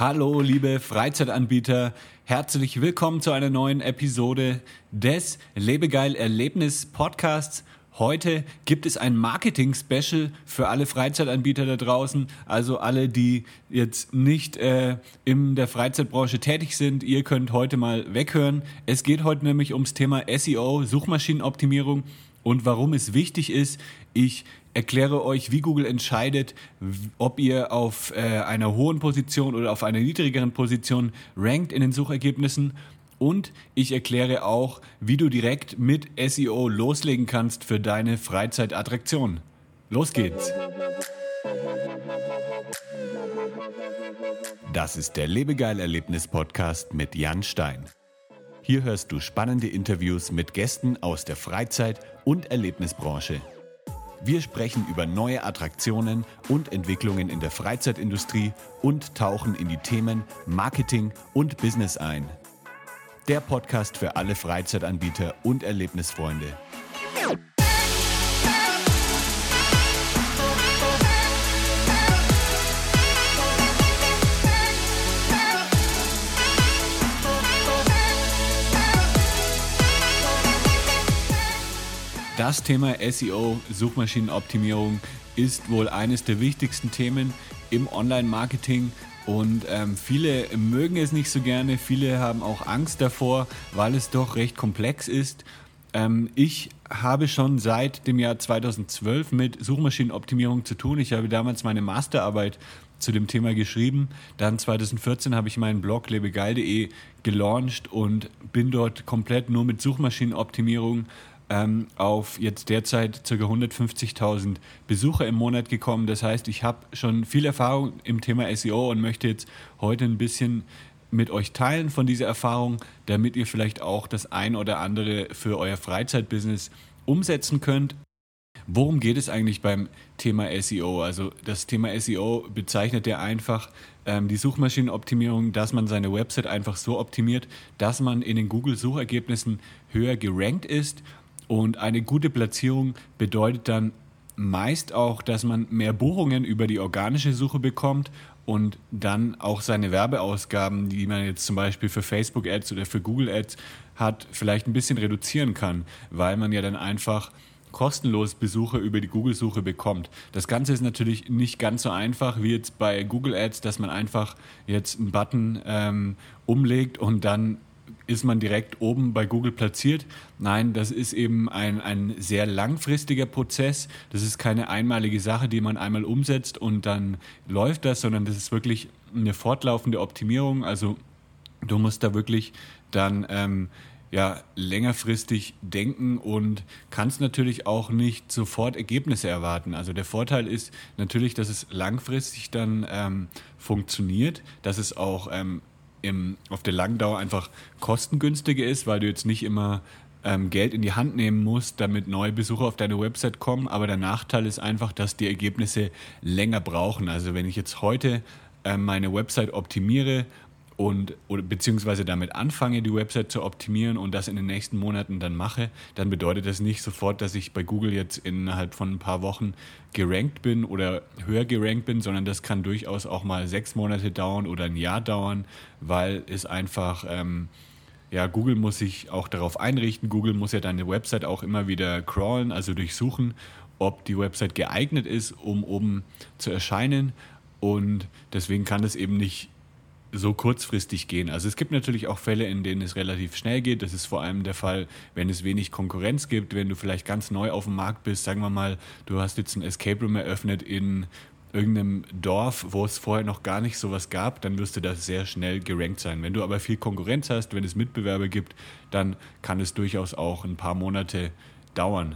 Hallo liebe Freizeitanbieter, herzlich willkommen zu einer neuen Episode des Lebegeil Erlebnis Podcasts. Heute gibt es ein Marketing-Special für alle Freizeitanbieter da draußen, also alle, die jetzt nicht in der Freizeitbranche tätig sind. Ihr könnt heute mal weghören. Es geht heute nämlich ums Thema SEO, Suchmaschinenoptimierung und warum es wichtig ist. Ich erkläre euch, wie Google entscheidet, ob ihr auf einer hohen Position oder auf einer niedrigeren Position rankt in den Suchergebnissen. Und ich erkläre auch, wie du direkt mit SEO loslegen kannst für deine Freizeitattraktion. Los geht's! Das ist der Lebegeil-Erlebnis-Podcast mit Jan Stein. Hier hörst du spannende Interviews mit Gästen aus der Freizeit- und Erlebnisbranche. Wir sprechen über neue Attraktionen und Entwicklungen in der Freizeitindustrie und tauchen in die Themen Marketing und Business ein. Der Podcast für alle Freizeitanbieter und Erlebnisfreunde. Das Thema SEO, Suchmaschinenoptimierung, ist wohl eines der wichtigsten Themen im Online-Marketing. Und viele mögen es nicht so gerne, viele haben auch Angst davor, weil es doch recht komplex ist. Ich habe schon seit dem Jahr 2012 mit Suchmaschinenoptimierung zu tun. Ich habe damals meine Masterarbeit zu dem Thema geschrieben. Dann 2014 habe ich meinen Blog lebegeil.de gelauncht und bin dort komplett nur mit Suchmaschinenoptimierung auf jetzt derzeit ca. 150.000 Besucher im Monat gekommen. Das heißt, ich habe schon viel Erfahrung im Thema SEO und möchte jetzt heute ein bisschen mit euch teilen von dieser Erfahrung, damit ihr vielleicht auch das ein oder andere für euer Freizeitbusiness umsetzen könnt. Worum geht es eigentlich beim Thema SEO? Also das Thema SEO bezeichnet ja einfach die Suchmaschinenoptimierung, dass man seine Website einfach so optimiert, dass man in den Google-Suchergebnissen höher gerankt ist. Und eine gute Platzierung bedeutet dann meist auch, dass man mehr Buchungen über die organische Suche bekommt und dann auch seine Werbeausgaben, die man jetzt zum Beispiel für Facebook Ads oder für Google Ads hat, vielleicht ein bisschen reduzieren kann, weil man ja dann einfach kostenlos Besucher über die Google-Suche bekommt. Das Ganze ist natürlich nicht ganz so einfach wie jetzt bei Google Ads, dass man einfach jetzt einen Button umlegt und dann ist man direkt oben bei Google platziert. Nein, das ist eben ein sehr langfristiger Prozess. Das ist keine einmalige Sache, die man einmal umsetzt und dann läuft das, sondern das ist wirklich eine fortlaufende Optimierung. Also du musst da wirklich dann längerfristig denken und kannst natürlich auch nicht sofort Ergebnisse erwarten. Also der Vorteil ist natürlich, dass es langfristig dann funktioniert, dass es auch auf der langen Dauer einfach kostengünstiger ist, weil du jetzt nicht immer Geld in die Hand nehmen musst, damit neue Besucher auf deine Website kommen. Aber der Nachteil ist einfach, dass die Ergebnisse länger brauchen. Also wenn ich jetzt heute meine Website optimiere oder beziehungsweise damit anfange, die Website zu optimieren und das in den nächsten Monaten dann mache, dann bedeutet das nicht sofort, dass ich bei Google jetzt innerhalb von ein paar Wochen gerankt bin oder höher gerankt bin, sondern das kann durchaus auch mal 6 Monate dauern oder ein Jahr dauern, weil es einfach, Google muss sich auch darauf einrichten. Google muss ja deine Website auch immer wieder crawlen, also durchsuchen, ob die Website geeignet ist, um oben zu erscheinen, und deswegen kann das eben nicht so kurzfristig gehen. Also es gibt natürlich auch Fälle, in denen es relativ schnell geht. Das ist vor allem der Fall, wenn es wenig Konkurrenz gibt, wenn du vielleicht ganz neu auf dem Markt bist. Sagen wir mal, du hast jetzt ein Escape Room eröffnet in irgendeinem Dorf, wo es vorher noch gar nicht sowas gab, dann wirst du da sehr schnell gerankt sein. Wenn du aber viel Konkurrenz hast, wenn es Mitbewerber gibt, dann kann es durchaus auch ein paar Monate dauern.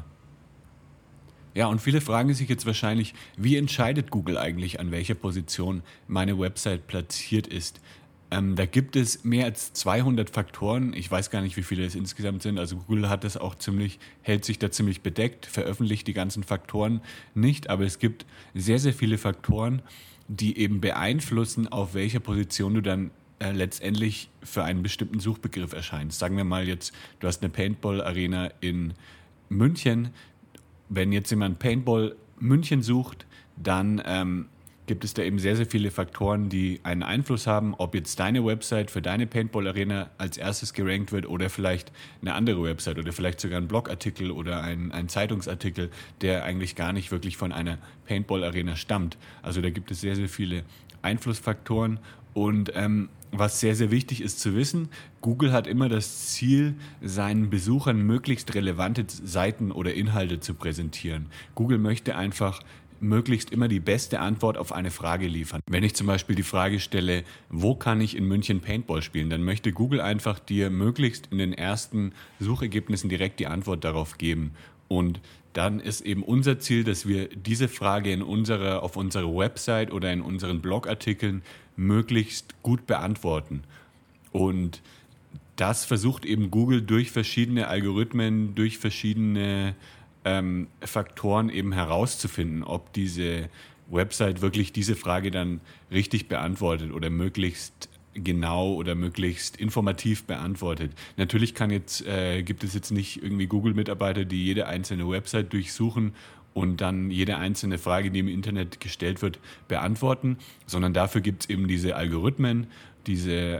Ja, und viele fragen sich jetzt wahrscheinlich, wie entscheidet Google eigentlich, an welcher Position meine Website platziert ist? Da gibt es mehr als 200 Faktoren. Ich weiß gar nicht, wie viele es insgesamt sind. Also Google hat das auch hält sich da ziemlich bedeckt, veröffentlicht die ganzen Faktoren nicht. Aber es gibt sehr, sehr viele Faktoren, die eben beeinflussen, auf welcher Position du dann letztendlich für einen bestimmten Suchbegriff erscheinst. Sagen wir mal jetzt, du hast eine Paintball-Arena in München. Wenn jetzt jemand Paintball München sucht, dann gibt es da eben sehr, sehr viele Faktoren, die einen Einfluss haben, ob jetzt deine Website für deine Paintball-Arena als erstes gerankt wird oder vielleicht eine andere Website oder vielleicht sogar ein Blogartikel oder ein Zeitungsartikel, der eigentlich gar nicht wirklich von einer Paintball-Arena stammt. Also da gibt es sehr, sehr viele Einflussfaktoren und was sehr, sehr wichtig ist zu wissen, Google hat immer das Ziel, seinen Besuchern möglichst relevante Seiten oder Inhalte zu präsentieren. Google möchte einfach möglichst immer die beste Antwort auf eine Frage liefern. Wenn ich zum Beispiel die Frage stelle, wo kann ich in München Paintball spielen, dann möchte Google einfach dir möglichst in den ersten Suchergebnissen direkt die Antwort darauf geben. Und dann ist eben unser Ziel, dass wir diese Frage auf unserer Website oder in unseren Blogartikeln möglichst gut beantworten. Und das versucht eben Google durch verschiedene Algorithmen, durch verschiedene Faktoren eben herauszufinden, ob diese Website wirklich diese Frage dann richtig beantwortet oder möglichst genau oder möglichst informativ beantwortet. Natürlich gibt es jetzt nicht irgendwie Google-Mitarbeiter, die jede einzelne Website durchsuchen und dann jede einzelne Frage, die im Internet gestellt wird, beantworten, sondern dafür gibt es eben diese Algorithmen, diese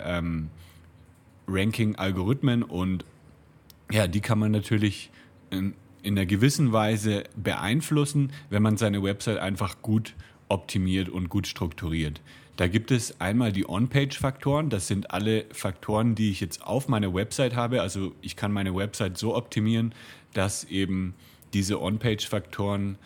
Ranking-Algorithmen und ja, die kann man natürlich in einer gewissen Weise beeinflussen, wenn man seine Website einfach gut optimiert und gut strukturiert. Da gibt es einmal die On-Page-Faktoren, das sind alle Faktoren, die ich jetzt auf meiner Website habe. Also ich kann meine Website so optimieren, dass eben diese On-Page-Faktoren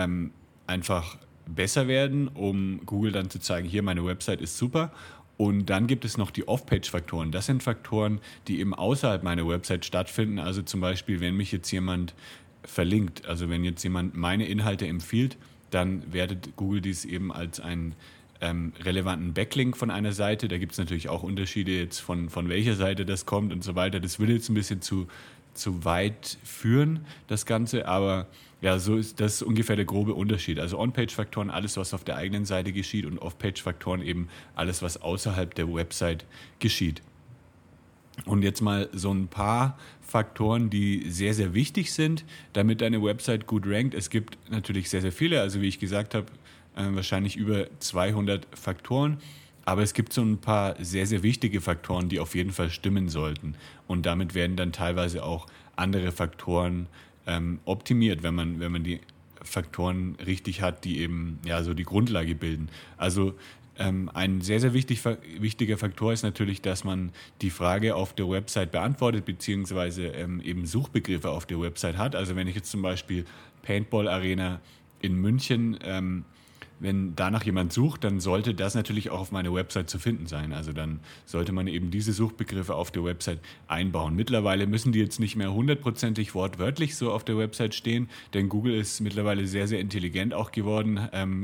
einfach besser werden, um Google dann zu zeigen, hier meine Website ist super. Und dann gibt es noch die Off-Page-Faktoren. Das sind Faktoren, die eben außerhalb meiner Website stattfinden. Also zum Beispiel, wenn mich jetzt jemand verlinkt, also wenn jetzt jemand meine Inhalte empfiehlt, dann wertet Google dies eben als einen relevanten Backlink von einer Seite. Da gibt es natürlich auch Unterschiede jetzt von welcher Seite das kommt und so weiter. Das würde jetzt ein bisschen zu weit führen, das Ganze, aber ja, das ist ungefähr der grobe Unterschied. Also On-Page-Faktoren, alles, was auf der eigenen Seite geschieht und Off-Page-Faktoren eben alles, was außerhalb der Website geschieht. Und jetzt mal so ein paar Faktoren, die sehr, sehr wichtig sind, damit deine Website gut rankt. Es gibt natürlich sehr, sehr viele, also wie ich gesagt habe, wahrscheinlich über 200 Faktoren. Aber es gibt so ein paar sehr, sehr wichtige Faktoren, die auf jeden Fall stimmen sollten. Und damit werden dann teilweise auch andere Faktoren optimiert, wenn man die Faktoren richtig hat, die eben ja so die Grundlage bilden. Also ein sehr, sehr wichtiger Faktor ist natürlich, dass man die Frage auf der Website beantwortet, beziehungsweise eben Suchbegriffe auf der Website hat. Also wenn ich jetzt zum Beispiel Paintball Arena in München, wenn danach jemand sucht, dann sollte das natürlich auch auf meiner Website zu finden sein. Also dann sollte man eben diese Suchbegriffe auf der Website einbauen. Mittlerweile müssen die jetzt nicht mehr hundertprozentig wortwörtlich so auf der Website stehen, denn Google ist mittlerweile sehr, sehr intelligent auch geworden,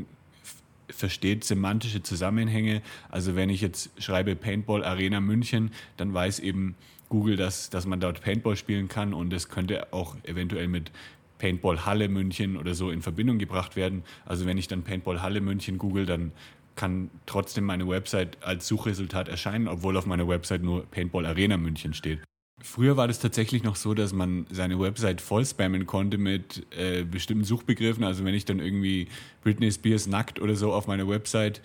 versteht semantische Zusammenhänge. Also wenn ich jetzt schreibe Paintball Arena München, dann weiß eben Google, dass man dort Paintball spielen kann und das könnte auch eventuell mit Paintball Halle München oder so in Verbindung gebracht werden. Also wenn ich dann Paintball Halle München google, dann kann trotzdem meine Website als Suchresultat erscheinen, obwohl auf meiner Website nur Paintball Arena München steht. Früher war das tatsächlich noch so, dass man seine Website voll spammen konnte mit bestimmten Suchbegriffen. Also wenn ich dann irgendwie Britney Spears nackt oder so auf meiner Website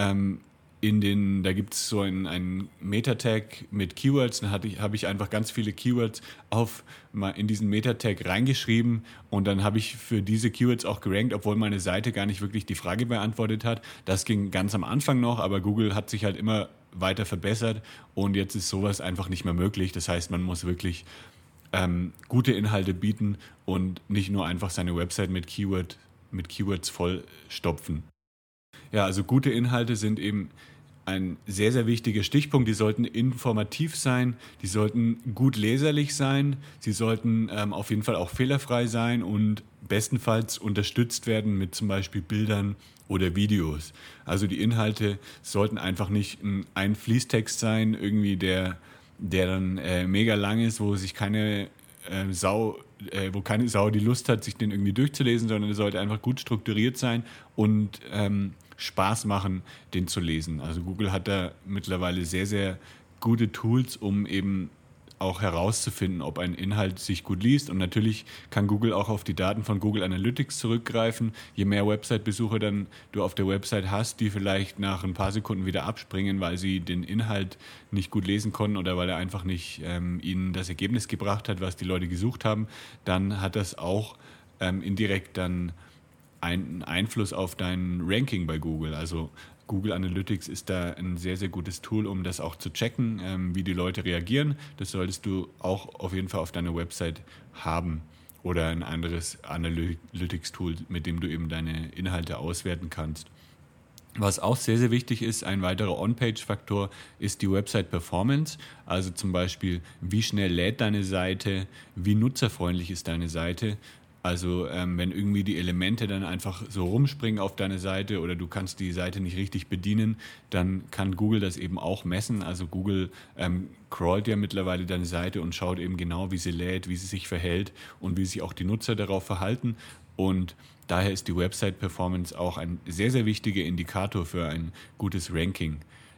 da gibt es so einen Meta-Tag mit Keywords, dann habe ich einfach ganz viele Keywords in diesen Meta-Tag reingeschrieben und dann habe ich für diese Keywords auch gerankt, obwohl meine Seite gar nicht wirklich die Frage beantwortet hat. Das ging ganz am Anfang noch, aber Google hat sich halt immer weiter verbessert und jetzt ist sowas einfach nicht mehr möglich. Das heißt, man muss wirklich gute Inhalte bieten und nicht nur einfach seine Website mit Keywords vollstopfen. Ja, also gute Inhalte sind eben ein sehr, sehr wichtiger Stichpunkt. Die sollten informativ sein, die sollten gut leserlich sein, sie sollten auf jeden Fall auch fehlerfrei sein und bestenfalls unterstützt werden mit zum Beispiel Bildern oder Videos. Also die Inhalte sollten einfach nicht ein Fließtext sein, irgendwie der dann mega lang ist, wo keine Sau die Lust hat, sich den irgendwie durchzulesen, sondern er sollte einfach gut strukturiert sein und Spaß machen, den zu lesen. Also Google hat da mittlerweile sehr, sehr gute Tools, um eben auch herauszufinden, ob ein Inhalt sich gut liest. Und natürlich kann Google auch auf die Daten von Google Analytics zurückgreifen. Je mehr Website-Besucher dann du auf der Website hast, die vielleicht nach ein paar Sekunden wieder abspringen, weil sie den Inhalt nicht gut lesen konnten oder weil er einfach nicht ihnen das Ergebnis gebracht hat, was die Leute gesucht haben, dann hat das auch indirekt dann einen Einfluss auf dein Ranking bei Google. Also Google Analytics ist da ein sehr, sehr gutes Tool, um das auch zu checken, wie die Leute reagieren. Das solltest du auch auf jeden Fall auf deiner Website haben oder ein anderes Analytics-Tool, mit dem du eben deine Inhalte auswerten kannst. Was auch sehr, sehr wichtig ist, ein weiterer On-Page-Faktor, ist die Website-Performance. Also zum Beispiel, wie schnell lädt deine Seite, wie nutzerfreundlich ist deine Seite. Also wenn irgendwie die Elemente dann einfach so rumspringen auf deine Seite oder du kannst die Seite nicht richtig bedienen, dann kann Google das eben auch messen. Also Google crawlt ja mittlerweile deine Seite und schaut eben genau, wie sie lädt, wie sie sich verhält und wie sich auch die Nutzer darauf verhalten. Und daher ist die Website-Performance auch ein sehr, sehr wichtiger Indikator für ein gutes Ranking.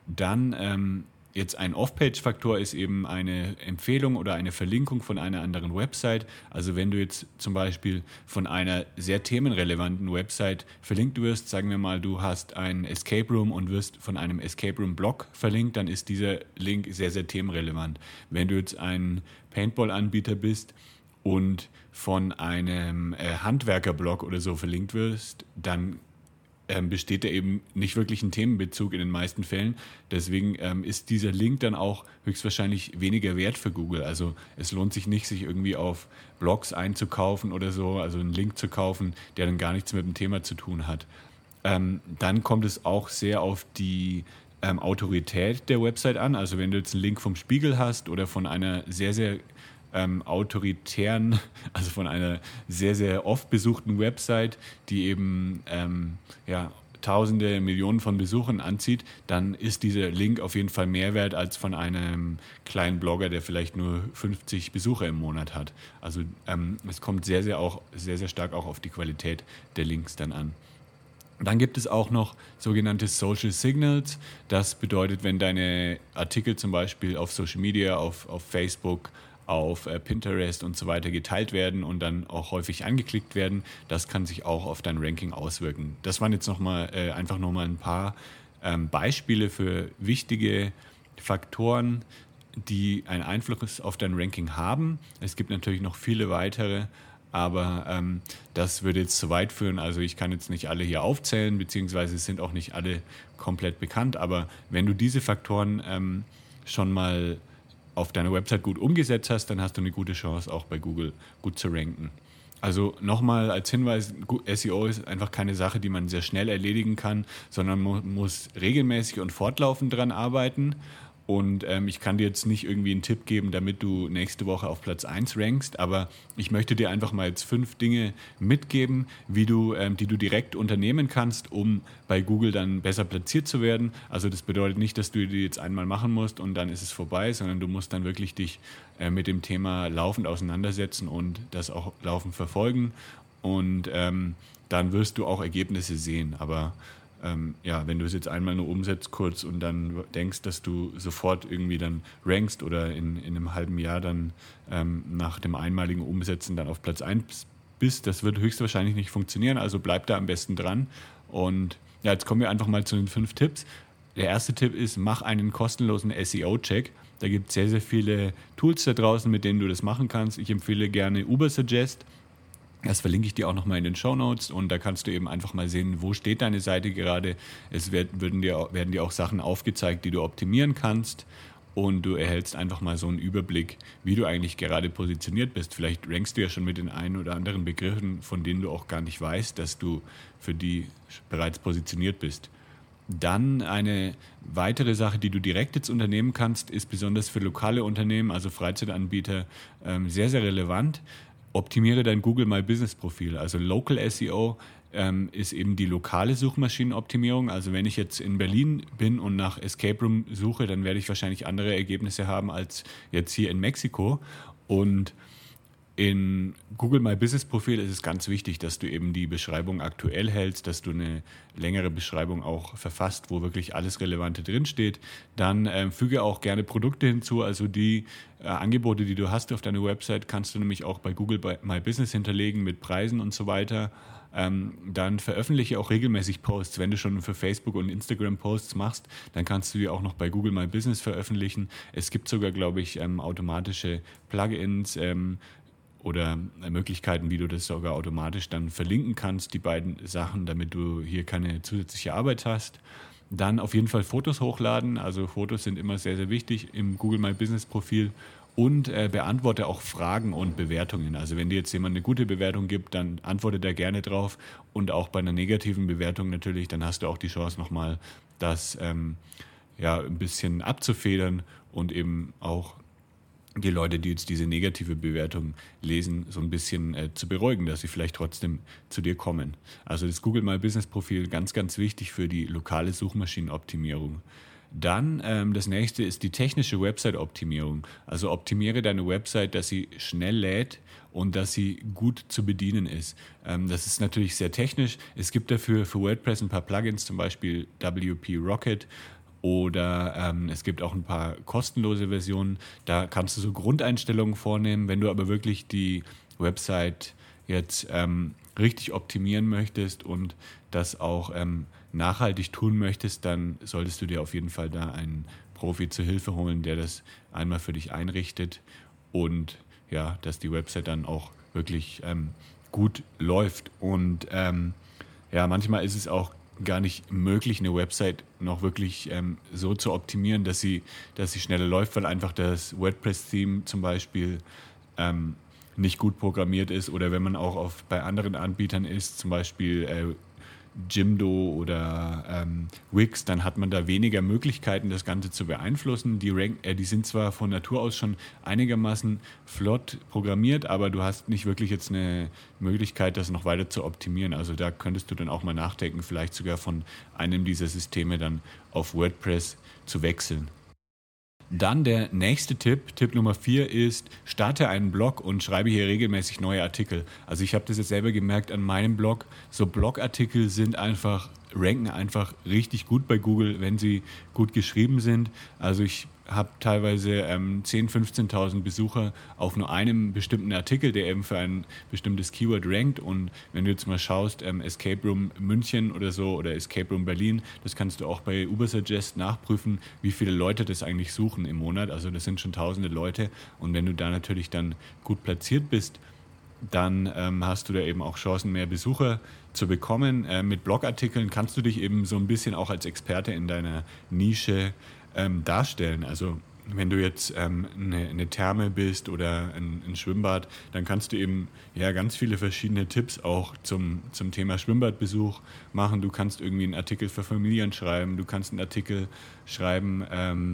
Dann jetzt ein Off-Page-Faktor ist eben eine Empfehlung oder eine Verlinkung von einer anderen Website. Also wenn du jetzt zum Beispiel von einer sehr themenrelevanten Website verlinkt wirst, sagen wir mal, du hast einen Escape Room und wirst von einem Escape Room-Blog verlinkt, dann ist dieser Link sehr, sehr themenrelevant. Wenn du jetzt ein Paintball-Anbieter bist und von einem Handwerker-Blog oder so verlinkt wirst, dann besteht da eben nicht wirklich ein Themenbezug in den meisten Fällen. Deswegen ist dieser Link dann auch höchstwahrscheinlich weniger wert für Google. Also es lohnt sich nicht, sich irgendwie auf Blogs einzukaufen oder so, also einen Link zu kaufen, der dann gar nichts mit dem Thema zu tun hat. Dann kommt es auch sehr auf die Autorität der Website an. Also wenn du jetzt einen Link vom Spiegel hast oder von einer sehr, sehr autoritären, also von einer sehr, sehr oft besuchten Website, die eben Tausende, Millionen von Besuchern anzieht, dann ist dieser Link auf jeden Fall mehr wert als von einem kleinen Blogger, der vielleicht nur 50 Besucher im Monat hat. Also es kommt sehr, sehr stark auch auf die Qualität der Links dann an. Dann gibt es auch noch sogenannte Social Signals. Das bedeutet, wenn deine Artikel zum Beispiel auf Social Media, auf Facebook, auf Pinterest und so weiter geteilt werden und dann auch häufig angeklickt werden, das kann sich auch auf dein Ranking auswirken. Das waren jetzt einfach nochmal ein paar Beispiele für wichtige Faktoren, die einen Einfluss auf dein Ranking haben. Es gibt natürlich noch viele weitere, aber das würde jetzt zu weit führen. Also ich kann jetzt nicht alle hier aufzählen, beziehungsweise es sind auch nicht alle komplett bekannt, aber wenn du diese Faktoren schon mal auf deiner Website gut umgesetzt hast, dann hast du eine gute Chance, auch bei Google gut zu ranken. Also nochmal als Hinweis, SEO ist einfach keine Sache, die man sehr schnell erledigen kann, sondern man muss regelmäßig und fortlaufend dran arbeiten. Und ich kann dir jetzt nicht irgendwie einen Tipp geben, damit du nächste Woche auf Platz 1 rankst, aber ich möchte dir einfach mal jetzt 5 Dinge mitgeben, die du direkt unternehmen kannst, um bei Google dann besser platziert zu werden. Also das bedeutet nicht, dass du die jetzt einmal machen musst und dann ist es vorbei, sondern du musst dann wirklich dich mit dem Thema laufend auseinandersetzen und das auch laufend verfolgen. Und dann wirst du auch Ergebnisse sehen, aber wenn du es jetzt einmal nur umsetzt kurz und dann denkst, dass du sofort irgendwie dann rankst oder in einem halben Jahr dann nach dem einmaligen Umsetzen dann auf Platz 1 bist, das wird höchstwahrscheinlich nicht funktionieren, also bleib da am besten dran. Und ja, jetzt kommen wir einfach mal zu den 5 Tipps. Der erste Tipp ist, mach einen kostenlosen SEO-Check. Da gibt es sehr, sehr viele Tools da draußen, mit denen du das machen kannst. Ich empfehle gerne Ubersuggest. Das verlinke ich dir auch nochmal in den Shownotes und da kannst du eben einfach mal sehen, wo steht deine Seite gerade. Es werden dir auch Sachen aufgezeigt, die du optimieren kannst und du erhältst einfach mal so einen Überblick, wie du eigentlich gerade positioniert bist. Vielleicht rankst du ja schon mit den einen oder anderen Begriffen, von denen du auch gar nicht weißt, dass du für die bereits positioniert bist. Dann eine weitere Sache, die du direkt jetzt unternehmen kannst, ist besonders für lokale Unternehmen, also Freizeitanbieter, sehr, sehr relevant. Optimiere dein Google My Business Profil. Also Local SEO ist eben die lokale Suchmaschinenoptimierung. Also wenn ich jetzt in Berlin bin und nach Escape Room suche, dann werde ich wahrscheinlich andere Ergebnisse haben als jetzt hier in Mexiko. Und In Google My Business Profil ist es ganz wichtig, dass du eben die Beschreibung aktuell hältst, dass du eine längere Beschreibung auch verfasst, wo wirklich alles Relevante drinsteht. Dann füge auch gerne Produkte hinzu, also die Angebote, die du hast auf deiner Website, kannst du nämlich auch bei Google My Business hinterlegen mit Preisen und so weiter. Dann veröffentliche auch regelmäßig Posts. Wenn du schon für Facebook und Instagram Posts machst, dann kannst du die auch noch bei Google My Business veröffentlichen. Es gibt sogar, glaube ich, automatische Plugins, oder Möglichkeiten, wie du das sogar automatisch dann verlinken kannst, die beiden Sachen, damit du hier keine zusätzliche Arbeit hast. Dann auf jeden Fall Fotos hochladen. Also Fotos sind immer sehr, sehr wichtig im Google My Business Profil. Und beantworte auch Fragen und Bewertungen. Also wenn dir jetzt jemand eine gute Bewertung gibt, dann antworte da gerne drauf. Und auch bei einer negativen Bewertung natürlich, dann hast du auch die Chance nochmal, das ein bisschen abzufedern und eben auch die Leute, die jetzt diese negative Bewertung lesen, so ein bisschen zu beruhigen, dass sie vielleicht trotzdem zu dir kommen. Also das Google My Business Profil, ganz, ganz wichtig für die lokale Suchmaschinenoptimierung. Dann das nächste ist die technische Website-Optimierung. Also optimiere deine Website, dass sie schnell lädt und dass sie gut zu bedienen ist. Das ist natürlich sehr technisch. Es gibt dafür für WordPress ein paar Plugins, zum Beispiel WP Rocket. Oder es gibt auch ein paar kostenlose Versionen. Da kannst du so Grundeinstellungen vornehmen. Wenn du aber wirklich die Website jetzt richtig optimieren möchtest und das auch nachhaltig tun möchtest, dann solltest du dir auf jeden Fall da einen Profi zur Hilfe holen, der das einmal für dich einrichtet und ja, dass die Website dann auch wirklich gut läuft. Und manchmal ist es auch gar nicht möglich, eine Website noch wirklich so zu optimieren, dass sie schneller läuft, weil einfach das WordPress-Theme zum Beispiel nicht gut programmiert ist, oder wenn man auch bei anderen Anbietern ist, zum Beispiel Jimdo oder Wix, dann hat man da weniger Möglichkeiten, das Ganze zu beeinflussen. Die sind zwar von Natur aus schon einigermaßen flott programmiert, aber du hast nicht wirklich jetzt eine Möglichkeit, das noch weiter zu optimieren. Also da könntest du dann auch mal nachdenken, vielleicht sogar von einem dieser Systeme dann auf WordPress zu wechseln. Dann der nächste Tipp Nummer 4 ist, starte einen Blog und schreibe hier regelmäßig neue Artikel. Also ich habe das jetzt selber gemerkt an meinem Blog, so Blogartikel ranken einfach richtig gut bei Google, wenn sie gut geschrieben sind. Also ich habe teilweise 10.000, 15.000 Besucher auf nur einem bestimmten Artikel, der eben für ein bestimmtes Keyword rankt. Und wenn du jetzt mal schaust, Escape Room München oder so oder Escape Room Berlin, das kannst du auch bei Ubersuggest nachprüfen, wie viele Leute das eigentlich suchen im Monat. Also das sind schon tausende Leute. Und wenn du da natürlich dann gut platziert bist, dann hast du da eben auch Chancen, mehr Besucher zu bekommen. Mit Blogartikeln kannst du dich eben so ein bisschen auch als Experte in deiner Nische darstellen. Also wenn du jetzt eine Therme bist oder ein Schwimmbad, dann kannst du eben ganz viele verschiedene Tipps auch zum Thema Schwimmbadbesuch machen. Du kannst irgendwie einen Artikel für Familien schreiben, du kannst einen Artikel schreiben,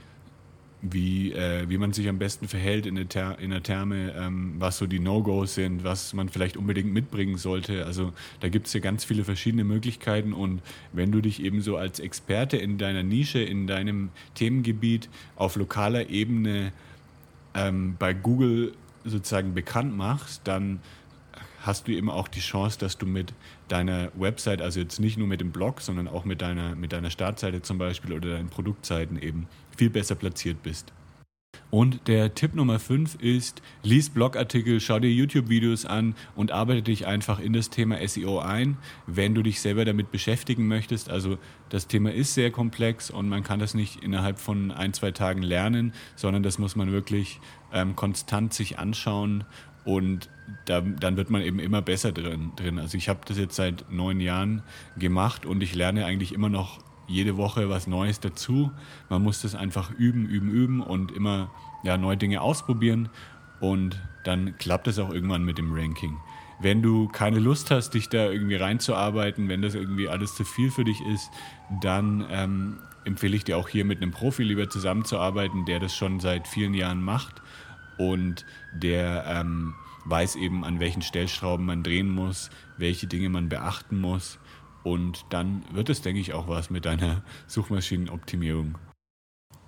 wie man sich am besten verhält in der Therme, was so die No-Gos sind, was man vielleicht unbedingt mitbringen sollte. Also da gibt es ja ganz viele verschiedene Möglichkeiten, und wenn du dich eben so als Experte in deiner Nische, in deinem Themengebiet auf lokaler Ebene bei Google sozusagen bekannt machst, dann hast du eben auch die Chance, dass du mit deiner Website, also jetzt nicht nur mit dem Blog, sondern auch mit deiner Startseite zum Beispiel oder deinen Produktseiten eben viel besser platziert bist. Und der Tipp Nummer 5 ist, lies Blogartikel, schau dir YouTube-Videos an und arbeite dich einfach in das Thema SEO ein, wenn du dich selber damit beschäftigen möchtest. Also das Thema ist sehr komplex und man kann das nicht innerhalb von 1-2 Tagen lernen, sondern das muss man wirklich konstant sich anschauen. Und dann wird man eben immer besser drin. Also ich habe das jetzt seit 9 Jahren gemacht und ich lerne eigentlich immer noch jede Woche was Neues dazu. Man muss das einfach üben und immer neue Dinge ausprobieren, und dann klappt es auch irgendwann mit dem Ranking. Wenn du keine Lust hast, dich da irgendwie reinzuarbeiten, wenn das irgendwie alles zu viel für dich ist, dann empfehle ich dir auch hier mit einem Profi lieber zusammenzuarbeiten, der das schon seit vielen Jahren macht und der weiß eben, an welchen Stellschrauben man drehen muss, welche Dinge man beachten muss, und dann wird es, denke ich, auch was mit deiner Suchmaschinenoptimierung.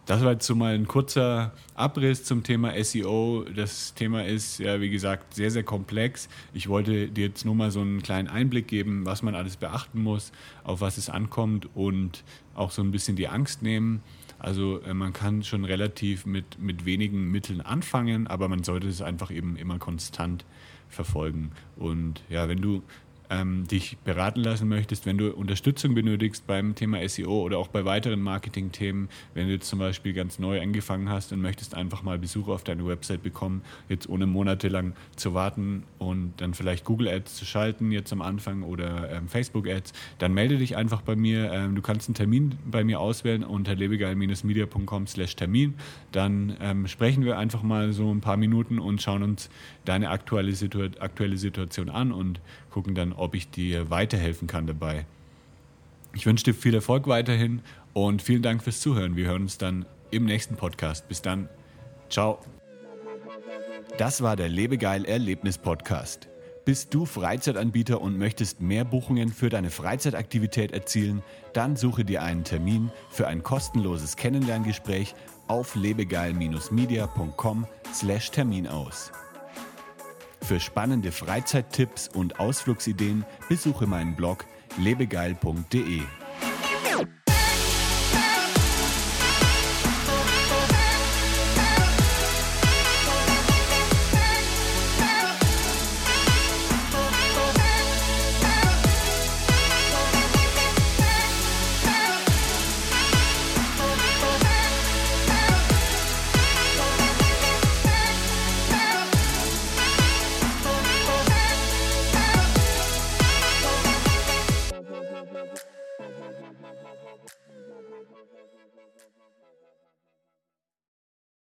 Das war jetzt so mal ein kurzer Abriss zum Thema SEO. Das Thema ist ja, wie gesagt, sehr, sehr komplex. Ich wollte dir jetzt nur mal so einen kleinen Einblick geben, was man alles beachten muss, auf was es ankommt und auch so ein bisschen die Angst nehmen. Also man kann schon relativ mit wenigen Mitteln anfangen, aber man sollte es einfach eben immer konstant verfolgen. Und ja, wenn du dich beraten lassen möchtest, wenn du Unterstützung benötigst beim Thema SEO oder auch bei weiteren Marketing-Themen, wenn du jetzt zum Beispiel ganz neu angefangen hast und möchtest einfach mal Besucher auf deine Website bekommen, jetzt ohne monatelang zu warten und dann vielleicht Google Ads zu schalten jetzt am Anfang oder Facebook Ads, dann melde dich einfach bei mir. Du kannst einen Termin bei mir auswählen unter lebegeil-media.com/Termin. Dann sprechen wir einfach mal so ein paar Minuten und schauen uns deine aktuelle Situation an und gucken dann, ob ich dir weiterhelfen kann dabei. Ich wünsche dir viel Erfolg weiterhin und vielen Dank fürs Zuhören. Wir hören uns dann im nächsten Podcast. Bis dann. Ciao. Das war der Lebegeil Erlebnis Podcast. Bist du Freizeitanbieter und möchtest mehr Buchungen für deine Freizeitaktivität erzielen? Dann suche dir einen Termin für ein kostenloses Kennenlerngespräch auf lebegeil-media.com/Termin aus. Für spannende Freizeittipps und Ausflugsideen besuche meinen Blog lebegeil.de.